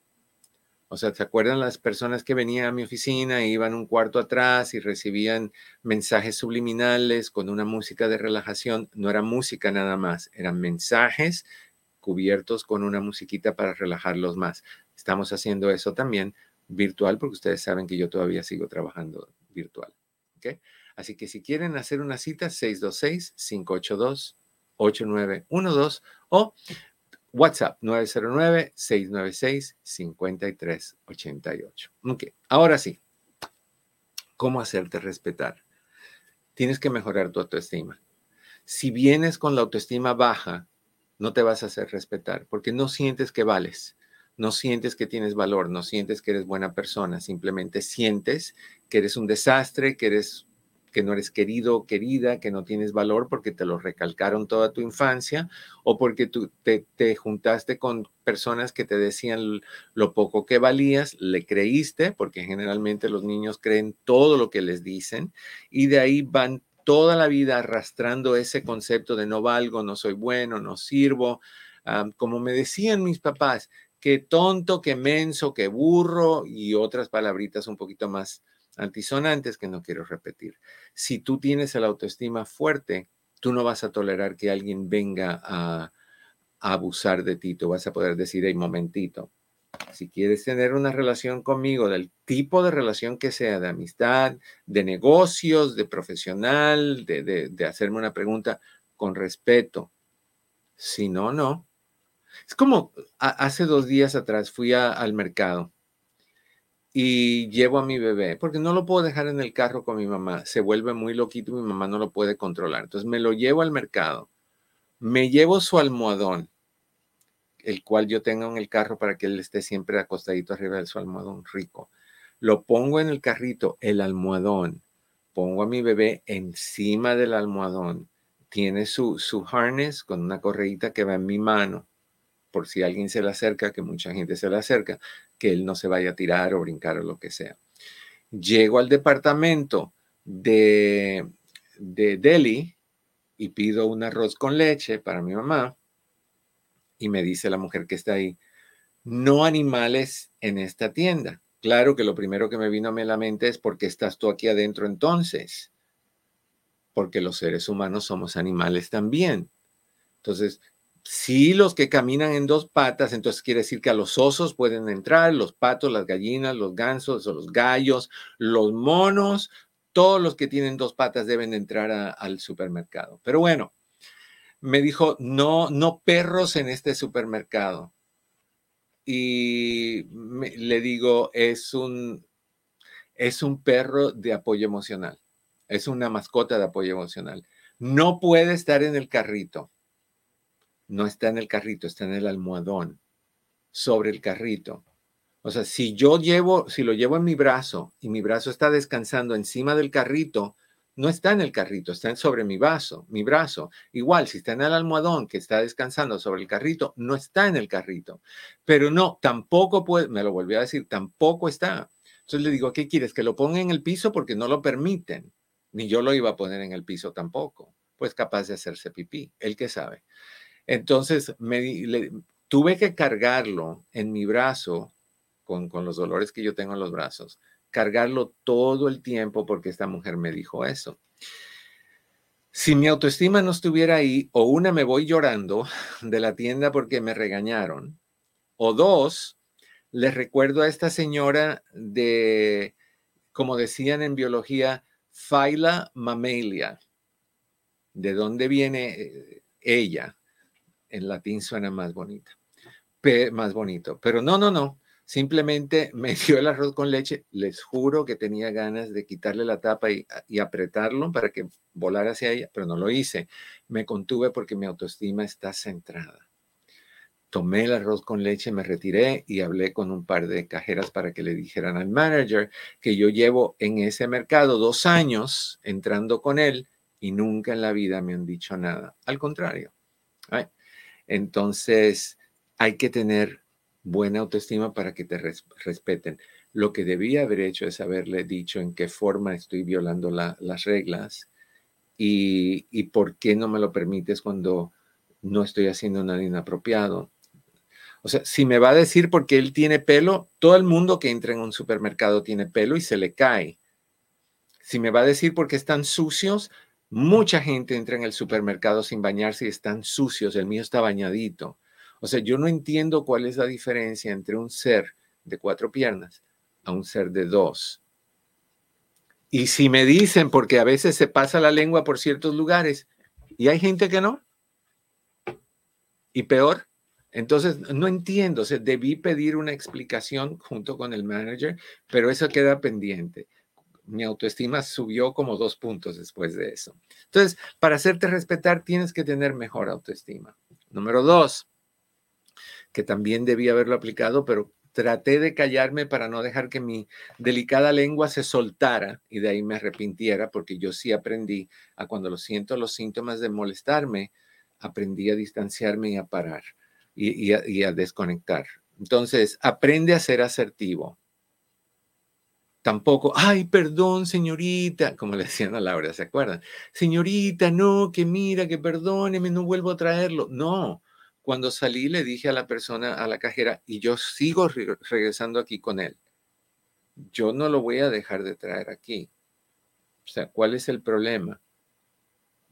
O sea, ¿se acuerdan las personas que venían a mi oficina e iban un cuarto atrás y recibían mensajes subliminales con una música de relajación? No era música nada más, eran mensajes cubiertos con una musiquita para relajarlos más. Estamos haciendo eso también virtual porque ustedes saben que yo todavía sigo trabajando virtual. ¿Okay? Así que si quieren hacer una cita, seis dos seis, cinco ocho dos, ocho nueve uno dos o WhatsApp nueve cero nueve, seis nueve seis, cinco tres ocho ocho. Ok, ahora sí. ¿Cómo hacerte respetar? Tienes que mejorar tu autoestima. Si vienes con la autoestima baja, no te vas a hacer respetar porque no sientes que vales, no sientes que tienes valor, no sientes que eres buena persona, simplemente sientes que eres un desastre, que eres que no eres querido o querida, que no tienes valor porque te lo recalcaron toda tu infancia o porque tú te, te juntaste con personas que te decían lo poco que valías, le creíste, porque generalmente los niños creen todo lo que les dicen y de ahí van toda la vida arrastrando ese concepto de no valgo, no soy bueno, no sirvo. Um, como me decían mis papás, qué tonto, qué menso, qué burro y otras palabritas un poquito más antisonantes que no quiero repetir. Si tú tienes el autoestima fuerte, tú no vas a tolerar que alguien venga a, a abusar de ti. Tú vas a poder decir, hey, momentito, Si quieres tener una relación conmigo, del tipo de relación que sea, de amistad, de negocios, de profesional, de, de, de hacerme una pregunta con respeto. Si no, no. Es como a, hace dos días atrás fui a, al mercado y llevo a mi bebé, porque no lo puedo dejar en el carro con mi mamá. Se vuelve muy loquito y mi mamá no lo puede controlar. Entonces me lo llevo al mercado. Me llevo su almohadón, el cual yo tengo en el carro para que él esté siempre acostadito arriba de su almohadón rico. Lo pongo en el carrito, el almohadón. Pongo a mi bebé encima del almohadón. Tiene su, su harness con una correíta que va en mi mano, por si alguien se le acerca, que mucha gente se le acerca, que él no se vaya a tirar o brincar o lo que sea. Llego al departamento de, de deli y pido un arroz con leche para mi mamá y me dice la mujer que está ahí, no animales en esta tienda. Claro que lo primero que me vino a la mente es ¿por qué estás tú aquí adentro entonces? Porque los seres humanos somos animales también. Entonces, si los que caminan en dos patas, entonces quiere decir que a los osos pueden entrar, los patos, las gallinas, los gansos o los gallos, los monos, todos los que tienen dos patas deben entrar a, al supermercado. Pero bueno, me dijo, no, no perros en este supermercado. Y me, le digo, es un, es un perro de apoyo emocional. Es una mascota de apoyo emocional. No puede estar en el carrito. No está en el carrito, está en el almohadón, sobre el carrito. O sea, si yo llevo, si lo llevo en mi brazo y mi brazo está descansando encima del carrito, no está en el carrito, está sobre mi brazo, mi brazo. Igual, si está en el almohadón que está descansando sobre el carrito, no está en el carrito. Pero no, tampoco puede, me lo volvió a decir, tampoco está. Entonces le digo, ¿qué quieres? Que lo ponga en el piso porque no lo permiten. Ni yo lo iba a poner en el piso tampoco. Pues capaz de hacerse pipí, él que sabe. Entonces me, le, tuve que cargarlo en mi brazo, con, con los dolores que yo tengo en los brazos, cargarlo todo el tiempo porque esta mujer me dijo eso. Si mi autoestima no estuviera ahí, o una, me voy llorando de la tienda porque me regañaron, o dos, les recuerdo a esta señora de, como decían en biología, Phyla mammalia. ¿De dónde viene ella? En latín suena más bonita, Pe- más bonito. Pero no, no, no. Simplemente me dio el arroz con leche. Les juro que tenía ganas de quitarle la tapa y, y apretarlo para que volara hacia ella, pero no lo hice. Me contuve porque mi autoestima está centrada. Tomé el arroz con leche, me retiré y hablé con un par de cajeras para que le dijeran al manager que yo llevo en ese mercado dos años entrando con él y nunca en la vida me han dicho nada. Al contrario. ¿Right? Entonces, hay que tener buena autoestima para que te res respeten. Lo que debía haber hecho es haberle dicho en qué forma estoy violando la, las reglas y, y por qué no me lo permites cuando no estoy haciendo nada inapropiado. O sea, si me va a decir porque él tiene pelo, todo el mundo que entra en un supermercado tiene pelo y se le cae. Si me va a decir porque están sucios, mucha gente entra en el supermercado sin bañarse y están sucios. El mío está bañadito. O sea, yo no entiendo cuál es la diferencia entre un ser de cuatro piernas a un ser de dos. Y si me dicen, porque a veces se pasa la lengua por ciertos lugares y hay gente que no. Y peor. Entonces, no entiendo. O sea, debí pedir una explicación junto con el manager, pero eso queda pendiente. Mi autoestima subió como dos puntos después de eso. Entonces, para hacerte respetar, tienes que tener mejor autoestima. Número dos, que también debí haberlo aplicado, pero traté de callarme para no dejar que mi delicada lengua se soltara y de ahí me arrepintiera, porque yo sí aprendí a cuando lo siento los síntomas de molestarme, aprendí a distanciarme y a parar y, y, a, y a desconectar. Entonces, aprende a ser asertivo. Tampoco, ay, perdón, señorita, como le decían a Laura, ¿se acuerdan? Señorita, no, que mira, que perdóneme, no vuelvo a traerlo. No, cuando salí le dije a la persona, a la cajera, y yo sigo re regresando aquí con él. Yo no lo voy a dejar de traer aquí. O sea, ¿cuál es el problema?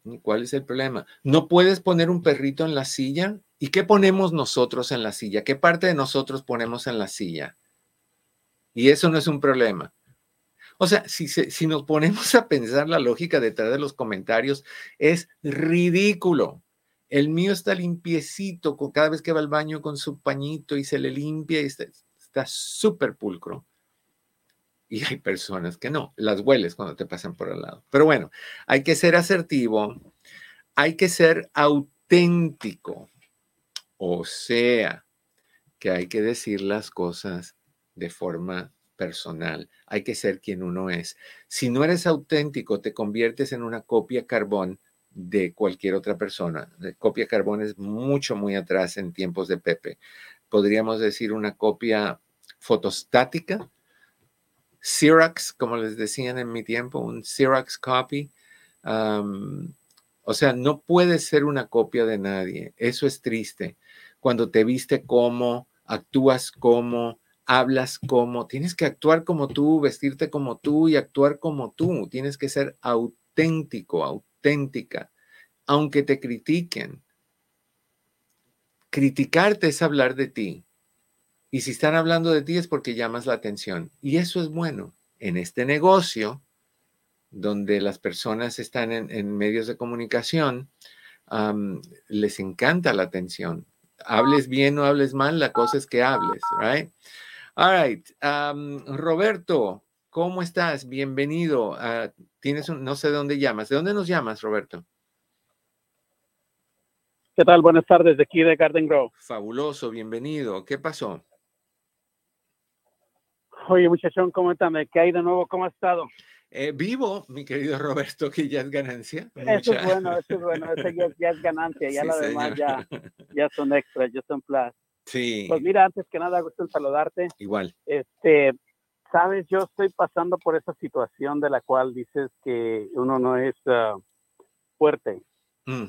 ¿Cuál es el problema? ¿No puedes poner un perrito en la silla? ¿Y qué ponemos nosotros en la silla? ¿Qué parte de nosotros ponemos en la silla? Y eso no es un problema. O sea, si, se, si nos ponemos a pensar la lógica detrás de los comentarios, es ridículo. El mío está limpiecito con, cada vez que va al baño con su pañito y se le limpia y está súper pulcro. Y hay personas que no, las hueles cuando te pasan por al lado. Pero bueno, hay que ser asertivo, hay que ser auténtico. O sea, que hay que decir las cosas de forma personal. Hay que ser quien uno es. Si no eres auténtico, te conviertes en una copia carbón de cualquier otra persona. La copia carbón es mucho, muy atrás en tiempos de Pepe. Podríamos decir una copia fotostática. Xerox, como les decían en mi tiempo, un Xerox copy. Um, o sea, no puedes ser una copia de nadie. Eso es triste. Cuando te viste como, actúas como, hablas como, tienes que actuar como tú, vestirte como tú y actuar como tú. Tienes que ser auténtico, auténtica, aunque te critiquen. Criticarte es hablar de ti. Y si están hablando de ti es porque llamas la atención. Y eso es bueno. En este negocio, donde las personas están en, en medios de comunicación, um, les encanta la atención. Hables bien o hables mal, la cosa es que hables, right? All right. Um, Roberto, ¿cómo estás? Bienvenido. Uh, tienes un, no sé de dónde llamas. ¿De dónde nos llamas, Roberto? ¿Qué tal? Buenas tardes, de aquí de Garden Grove. Fabuloso, bienvenido. ¿Qué pasó? Oye, muchachón, ¿cómo estás? ¿Qué hay de nuevo? ¿Cómo has estado? Eh, vivo, mi querido Roberto, que ya es ganancia. Mucha. Eso es bueno, eso es bueno, eso ya, ya es ganancia, ya Sí, lo demás ya, ya son extras, ya son plus. Sí. Pues mira, antes que nada, gusto en saludarte. Igual. Este, sabes, yo estoy pasando por esa situación de la cual dices que uno no es uh, fuerte. Mm.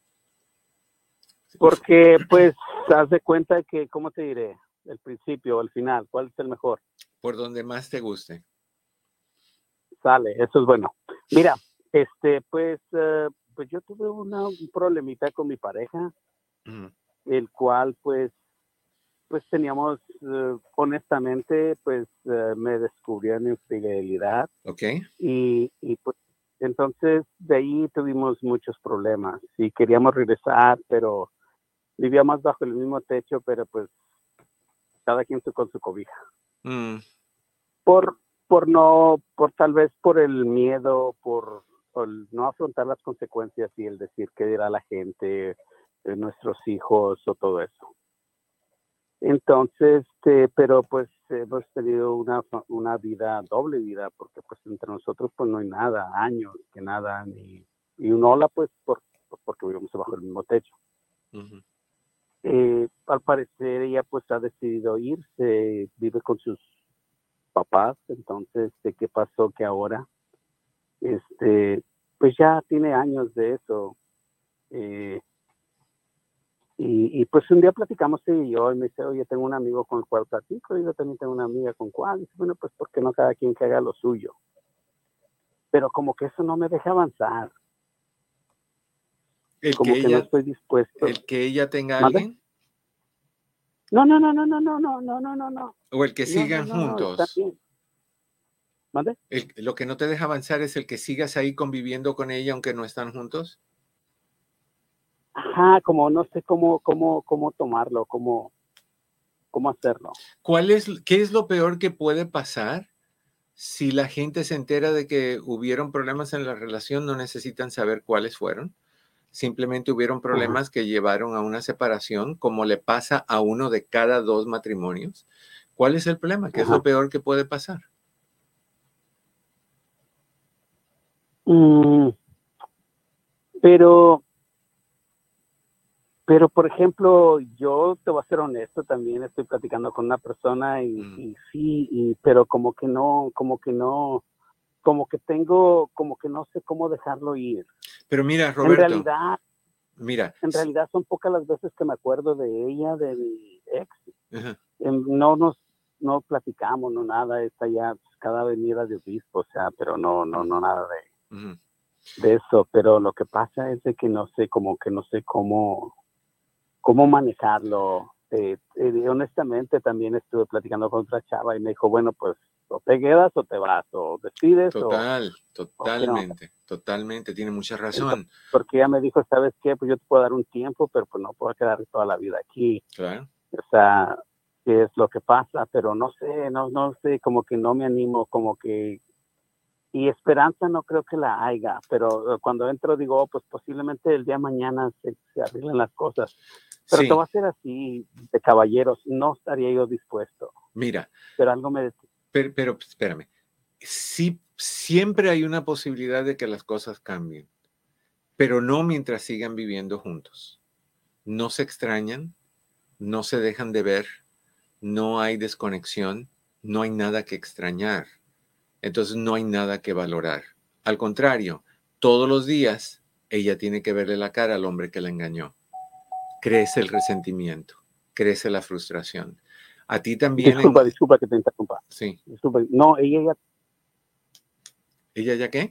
Porque, pues, haz de cuenta que, ¿cómo te diré? El principio o el final, ¿cuál es el mejor? Por donde más te guste. Sale, eso es bueno. Mira, este, pues, uh, pues yo tuve una, un problemita con mi pareja, Mm. el cual, pues, pues teníamos, uh, honestamente, pues, uh, me descubrió mi infidelidad. Ok. Y, y, pues, entonces, de ahí tuvimos muchos problemas. Y queríamos regresar, pero vivíamos bajo el mismo techo, pero, pues, cada quien con su cobija. Mm. Por, por no, por tal vez por el miedo, por, por no afrontar las consecuencias y el decir qué dirá la gente, eh, nuestros hijos o todo eso. Entonces, este, pero pues hemos tenido una, una vida, doble vida, porque pues entre nosotros pues no hay nada, años que nada, ni, y un hola pues por, porque vivimos bajo el mismo techo. Uh-huh. Eh, al parecer ella pues ha decidido irse, vive con sus papás, entonces de qué pasó que ahora este pues ya tiene años de eso, eh, y, y pues un día platicamos ella y yo, y me dice, oye, tengo un amigo con el cual platico, y yo también tengo una amiga con cual, y dice, bueno, pues porque no cada quien que haga lo suyo, pero como que eso no me deja avanzar, el como que, que ella, no estoy dispuesto. ¿El que ella tenga a ¿Mande? alguien? No, no, no, no, no, no, no, no, no, no, no. ¿O el que No, sigan no, no, no, está juntos? bien. ¿Mande? El, ¿Lo que no te deja avanzar es el que sigas ahí conviviendo con ella aunque no están juntos? Ajá, como no sé cómo, cómo, cómo tomarlo, cómo, cómo hacerlo. ¿Cuál es, qué es lo peor que puede pasar si la gente se entera de que hubieron problemas en la relación? No necesitan saber cuáles fueron. Simplemente hubieron problemas, ajá, que llevaron a una separación, como le pasa a uno de cada dos matrimonios. ¿Cuál es el problema? ¿Qué, ajá, es lo peor que puede pasar? Mm, pero, pero por ejemplo, yo te voy a ser honesto, también estoy platicando con una persona y, mm. y sí, y, pero como que no, como que no, como que tengo, como que no sé cómo dejarlo ir. Pero mira, Roberto. En realidad, mira, en realidad son pocas las veces que me acuerdo de ella, de mi ex. Uh-huh. No nos, no platicamos, no nada, está ya cada venida de obispo, o sea, pero no, no, no nada de. Uh-huh. de eso, pero lo que pasa es de que no sé, como que no sé cómo, cómo manejarlo. Eh, eh, honestamente también estuve platicando con otra chava y me dijo, bueno, pues o te quedas o te vas, o decides Total, o, totalmente, o totalmente, tiene mucha razón. Entonces, porque ella me dijo, ¿sabes qué? Pues yo te puedo dar un tiempo, pero pues no puedo quedar toda la vida aquí. Claro. O sea, ¿qué es lo que pasa? Pero no sé, no, no sé, como que no me animo, como que... Y esperanza no creo que la haya, pero cuando entro digo, oh, pues posiblemente el día de mañana se, se arreglen las cosas. Pero Sí. te va a ser así, de caballeros, no estaría yo dispuesto. Mira. Pero algo me... Pero, pero espérame, sí, siempre hay una posibilidad de que las cosas cambien, pero no mientras sigan viviendo juntos. No se extrañan, no se dejan de ver, no hay desconexión, no hay nada que extrañar. Entonces no hay nada que valorar. Al contrario, todos los días ella tiene que verle la cara al hombre que la engañó. Crece el resentimiento, crece la frustración. A ti también... Disculpa, en... disculpa que te interrumpa. Sí. Disculpa. No, ella ya... ¿Ella ya qué?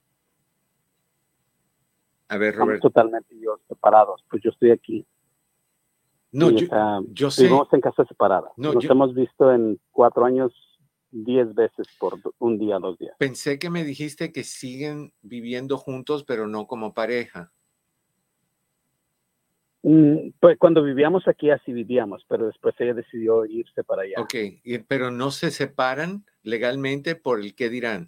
A ver, Estamos Roberto. totalmente yo separados, pues yo estoy aquí. No, y, yo, o sea, yo sé. Vivimos en casa separada. No, Nos yo, hemos visto en cuatro años, diez veces por un día, dos días. Pensé que me dijiste que siguen viviendo juntos, pero no como pareja. Mm, pues cuando vivíamos aquí así vivíamos, pero después ella decidió irse para allá. Ok, y, pero no se separan legalmente por el qué dirán.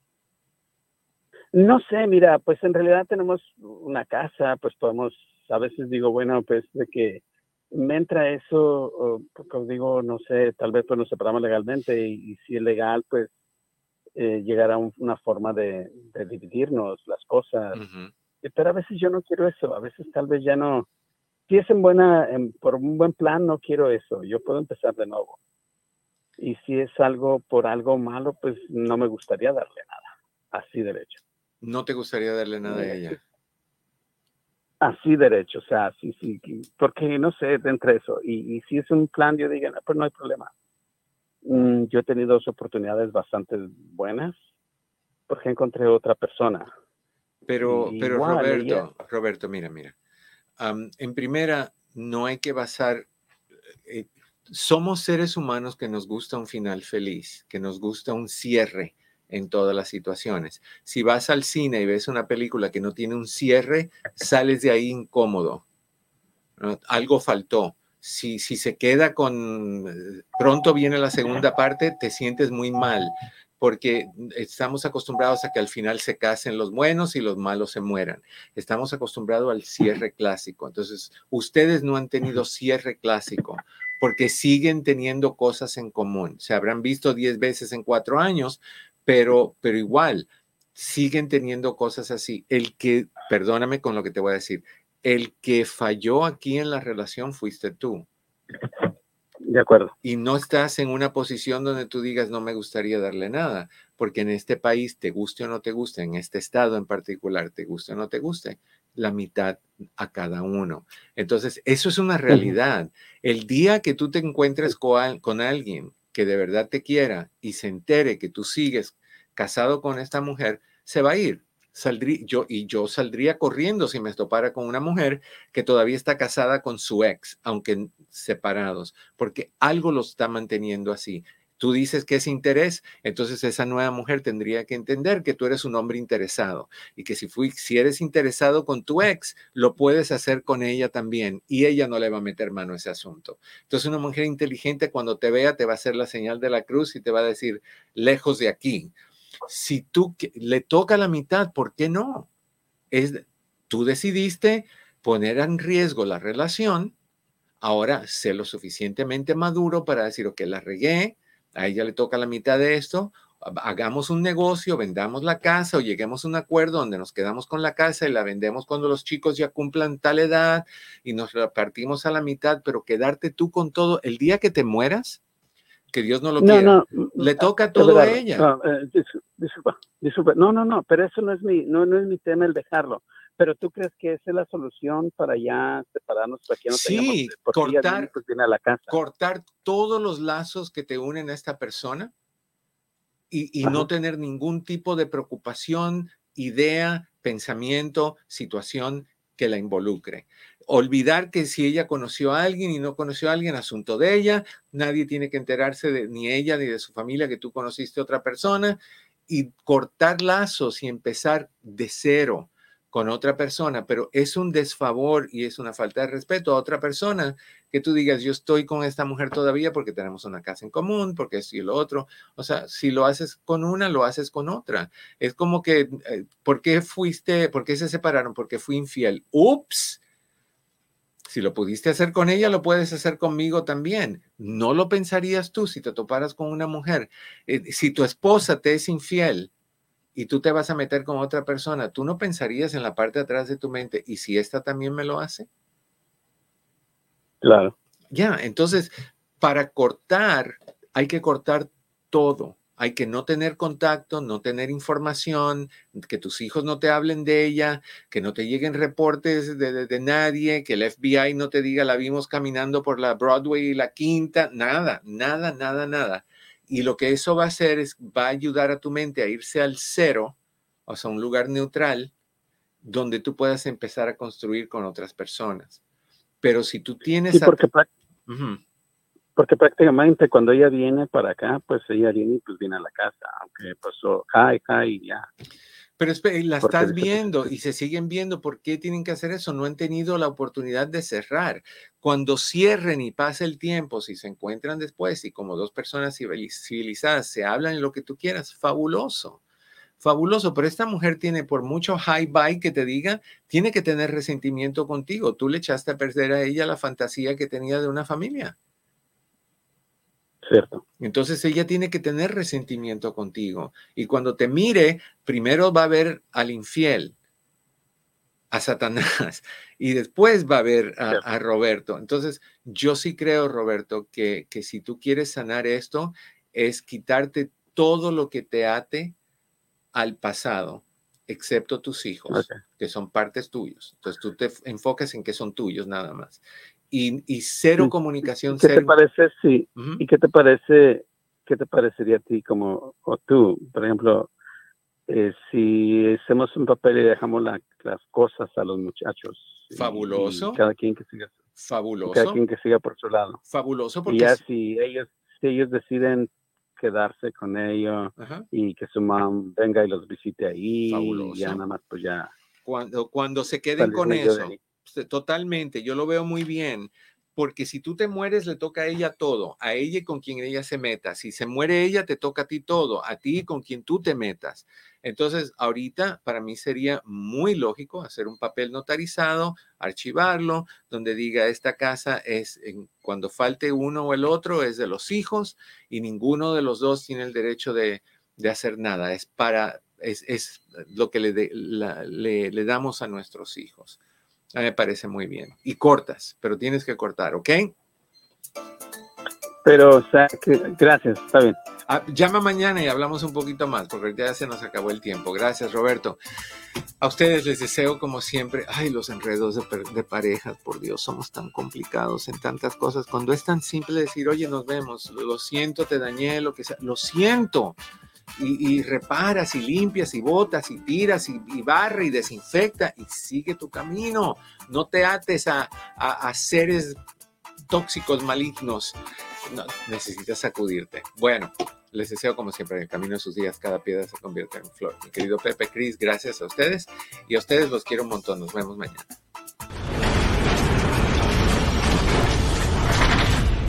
No sé, mira, pues en realidad tenemos una casa, pues podemos, a veces digo, bueno, pues de que me entra eso, como digo, no sé, tal vez pues nos separamos legalmente y, y si es legal, pues eh, llegar a un, una forma de, de dividirnos las cosas. Uh-huh. Pero a veces yo no quiero eso, a veces tal vez ya no, si es en buena, en, por un buen plan, no quiero eso, yo puedo empezar de nuevo. Y si es algo por algo malo, pues no me gustaría darle nada, así derecho. ¿No te gustaría darle nada a ella? Así derecho, o sea, sí, sí, porque no sé, de entre eso. Y, y si es un plan, yo diga, no, pues no hay problema. Mm, yo he tenido dos oportunidades bastante buenas, porque encontré otra persona. Pero, Y pero igual, Roberto, ella... Roberto, mira, mira. Um, en primera, no hay que basar... Eh, somos seres humanos que nos gusta un final feliz, que nos gusta un cierre en todas las situaciones. Si vas al cine y ves una película que no tiene un cierre, sales de ahí incómodo. ¿No? Algo faltó. Si, si se queda con... Pronto viene la segunda parte, te sientes muy mal, porque estamos acostumbrados a que al final se casen los buenos y los malos se mueran. Estamos acostumbrados al cierre clásico. Entonces, ustedes no han tenido cierre clásico porque siguen teniendo cosas en común. Se habrán visto diez veces en cuatro años, pero, pero igual, siguen teniendo cosas así. El que, perdóname con lo que te voy a decir, el que falló aquí en la relación fuiste tú. De acuerdo. Y no estás en una posición donde tú digas, no me gustaría darle nada, porque en este país, te guste o no te guste, en este estado en particular, te guste o no te guste, la mitad a cada uno. Entonces, eso es una realidad. El día que tú te encuentres con, con alguien que de verdad te quiera y se entere que tú sigues casado con esta mujer, se va a ir. Saldrí, yo, y yo saldría corriendo si me topara con una mujer que todavía está casada con su ex, aunque separados, porque algo lo está manteniendo así. Tú dices que es interés, entonces esa nueva mujer tendría que entender que tú eres un hombre interesado y que si, fui, si eres interesado con tu ex, lo puedes hacer con ella también y ella no le va a meter mano a ese asunto. Entonces una mujer inteligente cuando te vea te va a hacer la señal de la cruz y te va a decir, lejos de aquí. Si tú le toca la mitad, ¿por qué no? Es, tú decidiste poner en riesgo la relación. Ahora sé lo suficientemente maduro para decir, ok, la regué, a ella le toca la mitad de esto, hagamos un negocio, vendamos la casa o lleguemos a un acuerdo donde nos quedamos con la casa y la vendemos cuando los chicos ya cumplan tal edad y nos la partimos a la mitad, pero quedarte tú con todo, el día que te mueras, que Dios no lo no, quiera, no, le toca todo verdad, a ella. No, eh, disculpa, disculpa, no, no, no, pero eso no es mi, no, no es mi tema el dejarlo. Pero tú crees que esa es la solución para ya separarnos, para que no sí, tengamos, porque cortar, ella viene, pues, viene a la casa. cortar todos los lazos que te unen a esta persona y, y no tener ningún tipo de preocupación, idea, pensamiento, situación que la involucre. Olvidar que si ella conoció a alguien y no conoció a alguien, asunto de ella, nadie tiene que enterarse de ni ella ni de su familia que tú conociste a otra persona, y cortar lazos y empezar de cero con otra persona, pero es un desfavor y es una falta de respeto a otra persona que tú digas, yo estoy con esta mujer todavía porque tenemos una casa en común, porque esto y lo otro. O sea, si lo haces con una, lo haces con otra. Es como que, eh, ¿por qué fuiste, por qué se separaron? Porque fui infiel. ¡Ups! Si lo pudiste hacer con ella, lo puedes hacer conmigo también. No lo pensarías tú si te toparas con una mujer. Eh, si tu esposa te es infiel y tú te vas a meter con otra persona, ¿tú no pensarías en la parte de atrás de tu mente, ¿y si esta también me lo hace? Claro. Ya, entonces, para cortar, hay que cortar todo. Hay que no tener contacto, no tener información, que tus hijos no te hablen de ella, que no te lleguen reportes de, de, de nadie, que el F B I no te diga la vimos caminando por la Broadway y la Quinta, nada, nada, nada, nada. Y lo que eso va a hacer es, va a ayudar a tu mente a irse al cero, o sea, un lugar neutral, donde tú puedas empezar a construir con otras personas. Pero si tú tienes... Sí, porque, a... uh-huh. porque prácticamente cuando ella viene para acá, pues ella viene y pues viene a la casa, aunque pasó, hi, hi, y ya. Pero la estás viendo y se siguen viendo. ¿Por qué tienen que hacer eso? No han tenido la oportunidad de cerrar. Cuando cierren y pase el tiempo, si se encuentran después y como dos personas civilizadas se hablan en lo que tú quieras, fabuloso. Fabuloso, pero esta mujer tiene, por mucho high bye que te diga, tiene que tener resentimiento contigo. Tú le echaste a perder a ella la fantasía que tenía de una familia. Cierto. Entonces ella tiene que tener resentimiento contigo. Y cuando te mire, primero va a ver al infiel, a Satanás, y después va a ver a, a Roberto. Entonces yo sí creo, Roberto, que, que si tú quieres sanar esto, es quitarte todo lo que te ate al pasado, excepto tus hijos, okay, que son partes tuyos. Entonces tú te enfocas en que son tuyos nada más. Y, y cero comunicación. ¿Qué cero... te parece si, uh-huh. ¿Y qué te parece, qué te parecería a ti como, o tú, por ejemplo, eh, si hacemos un papel y dejamos la, las cosas a los muchachos? Fabuloso. Y, y cada quien que siga. Fabuloso. Cada quien que siga por su lado. Fabuloso. Porque y ya si ellos, si ellos deciden quedarse con ellos, uh-huh, y que su mamá venga y los visite ahí. Fabuloso. Y ya nada más pues ya. Cuando, cuando se queden con eso. Totalmente, yo lo veo muy bien, porque si tú te mueres le toca a ella todo, a ella y con quien ella se meta. Si se muere ella, te toca a ti todo, a ti y con quien tú te metas. Entonces, ahorita para mí sería muy lógico hacer un papel notarizado, archivarlo, donde diga esta casa es, en, cuando falte uno o el otro, es de los hijos y ninguno de los dos tiene el derecho de, de hacer nada. Es para, es, es lo que le, de, la, le, le damos a nuestros hijos. A mí me parece muy bien. Y cortas, pero tienes que cortar, ¿ok? Pero, o sea, que, gracias, está bien. Ah, llama mañana y hablamos un poquito más, porque ya se nos acabó el tiempo. Gracias, Roberto. A ustedes les deseo, como siempre, ay, los enredos de, de parejas, por Dios, somos tan complicados en tantas cosas. Cuando es tan simple decir, oye, nos vemos, lo siento, te dañé, lo que sea, lo siento. Y, y reparas y limpias y botas y tiras y, y barre y desinfecta y sigue tu camino. No te ates a, a, a seres tóxicos malignos. No, necesitas sacudirte. Bueno, les deseo como siempre en el camino de sus días cada piedra se convierte en flor. Mi querido Pepe Cris, gracias a ustedes y a ustedes los quiero un montón. Nos vemos mañana.